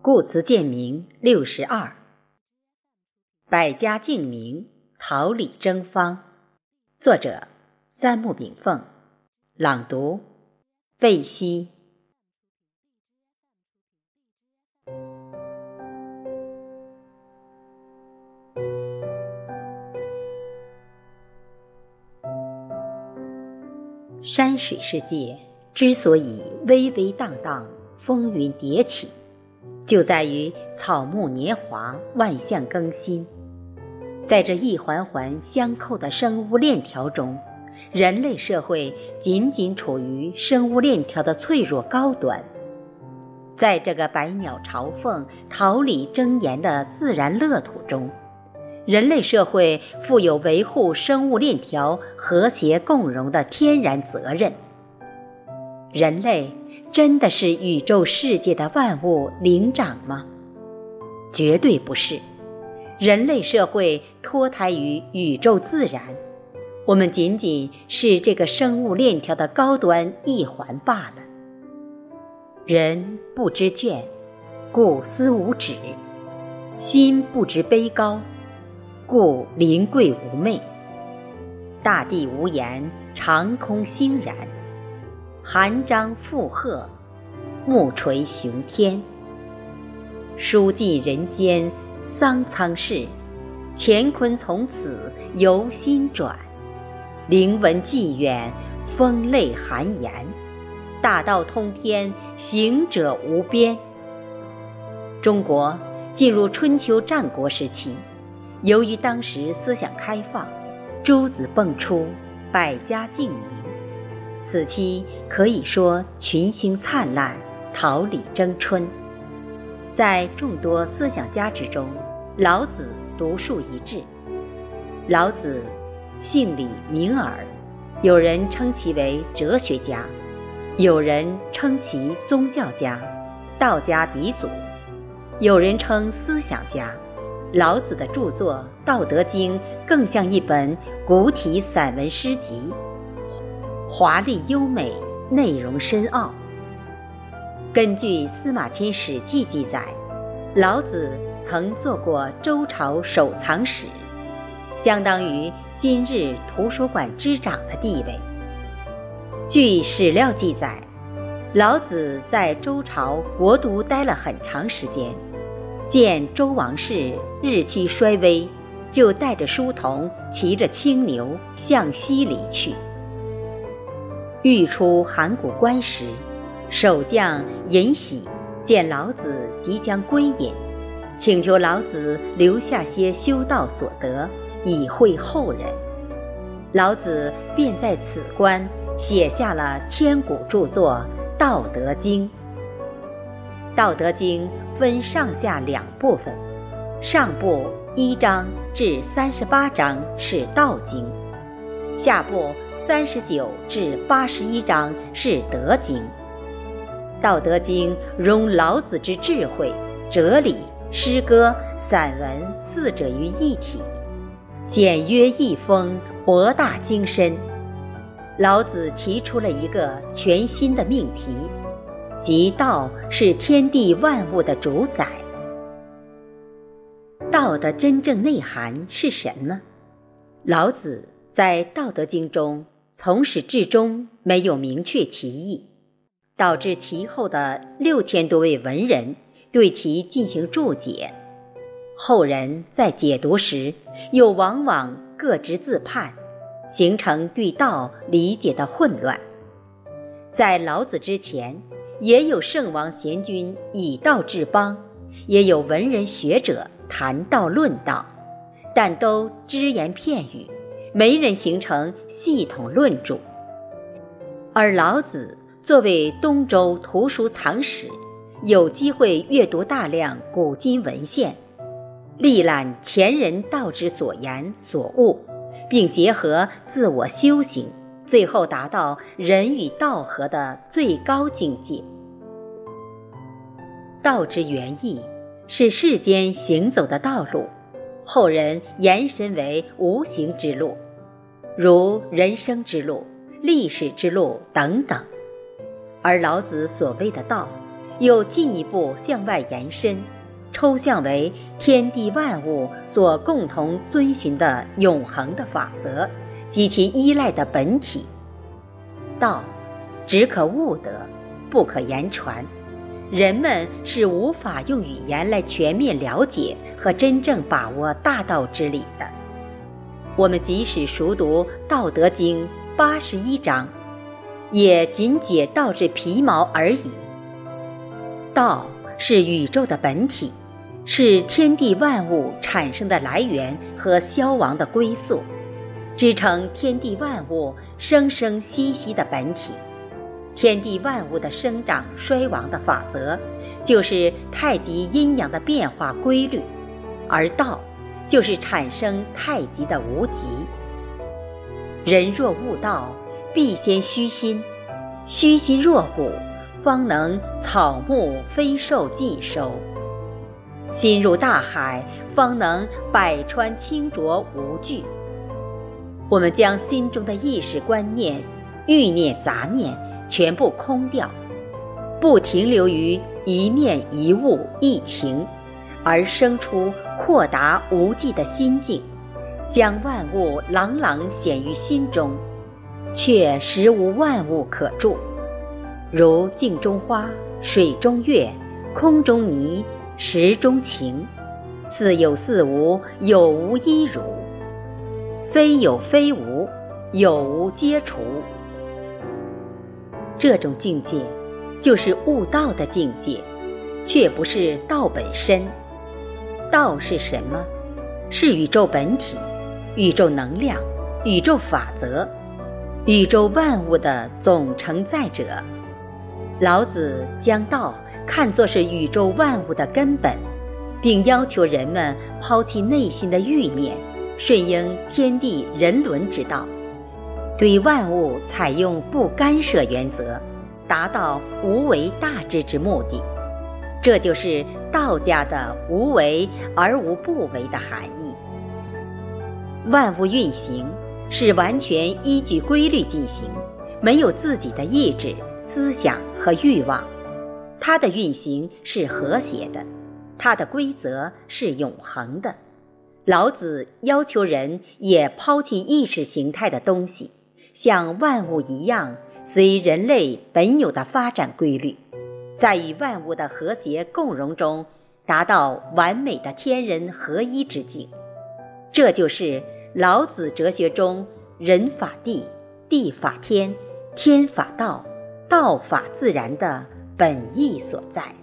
故词鉴明62，百家姓名，桃李争芳。作者三木炳凤，朗读贝西。山水世界之所以巍巍荡荡，风云迭起，就在于草木年华，万象更新。在这一环环相扣的生物链条中，人类社会仅仅处于生物链条的脆弱高端。在这个百鸟朝凤、桃李争妍的自然乐土中，人类社会负有维护生物链条和谐共荣的天然责任。人类真的是宇宙世界的万物灵长吗？绝对不是。人类社会脱胎于宇宙自然，我们仅仅是这个生物链条的高端一环罢了。人不知倦，故思无止；心不知卑高，故临贵无昧。大地无言，长空欣然；寒章负荷，木垂雄天。书尽人间桑苍事，乾坤从此由心转。灵文既远，风泪寒言。大道通天，行者无边。中国进入春秋战国时期，由于当时思想开放，诸子迸出，百家竞鸣。此期可以说群星灿烂，桃李争春。在众多思想家之中，老子独树一帜。老子姓李名耳，有人称其为哲学家，有人称其宗教家，道家鼻祖，有人称思想家。老子的著作《道德经》更像一本古体散文诗集，华丽优美，内容深奥。根据司马迁《史记》记载，老子曾做过周朝守藏史，相当于今日图书馆之长的地位。据史料记载，老子在周朝国都待了很长时间，见周王室日趋衰微，就带着书童骑着青牛向西离去。欲出函谷关时，守将尹喜见老子即将归隐，请求老子留下些修道所得，以惠后人。老子便在此关写下了千古著作《道德经》。《道德经》分上下两部分，上部1章至38章是道经，下部39至81章是德经。道德经融老子之智慧、哲理、诗歌、散文四者于一体，简约易风，博大精深。老子提出了一个全新的命题，即道是天地万物的主宰。道的真正内涵是什么？老子在《道德经》中从始至终没有明确其意，导致其后的6000多位文人对其进行注解，后人在解读时又往往各执自判，形成对道理解的混乱。在老子之前，也有圣王贤君以道治邦，也有文人学者谈道论道，但都只言片语，没人形成系统论著。而老子作为东周图书藏史，有机会阅读大量古今文献，历览前人道之所言所悟，并结合自我修行，最后达到人与道合的最高境界。道之原意是世间行走的道路，后人延伸为无形之路，如人生之路、历史之路等等。而老子所谓的道， 又进一步向外延伸，抽象为天地万物所共同遵循的永恒的法则及其依赖的本体。道只可悟得，不可言传，人们是无法用语言来全面了解和真正把握大道之理的。我们即使熟读《道德经》81章，也仅解道之皮毛而已。道是宇宙的本体，是天地万物产生的来源和消亡的归宿，支撑天地万物生生息息的本体。天地万物的生长衰亡的法则，就是太极阴阳的变化规律，而道就是产生太极的无极。人若悟道，必先虚心，虚心若谷，方能草木飞兽尽收。心入大海，方能百川清浊无惧。我们将心中的意识观念、欲念杂念全部空掉，不停留于一念一物一情，而生出阔达无际的心境，将万物朗朗显于心中，却实无万物可住。如镜中花，水中月，空中泥，石中情，似有似无，有无一如，非有非无，有无皆除。这种境界就是悟道的境界，却不是道本身。道是什么？是宇宙本体、宇宙能量、宇宙法则、宇宙万物的总承载者。老子将道看作是宇宙万物的根本，并要求人们抛弃内心的欲念，顺应天地人伦之道，对万物采用不干涉原则，达到无为大治之目的。这就是道家的无为而无不为的含义。万物运行是完全依据规律进行，没有自己的意志、思想和欲望。它的运行是和谐的，它的规则是永恒的。老子要求人也抛弃意识形态的东西，像万物一样随人类本有的发展规律，在与万物的和谐共荣中达到完美的天人合一之境。这就是老子哲学中人法地、地法天、天法道、道法自然的本意所在。